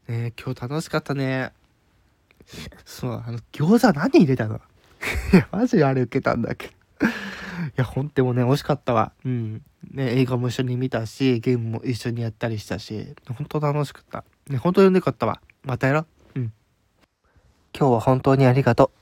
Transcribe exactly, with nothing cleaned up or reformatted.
ね、今日楽しかったね。そう、あの、餃子何入れたの？いや、マジあれ受けたんだけど。いや、ほんともね、美味しかったわ。うん。ね、映画も一緒に見たし、ゲームも一緒にやったりしたし、ほんと楽しかった。ね、ほんと呼んでよかったわ。またやろう。うん。今日は本当にありがとう。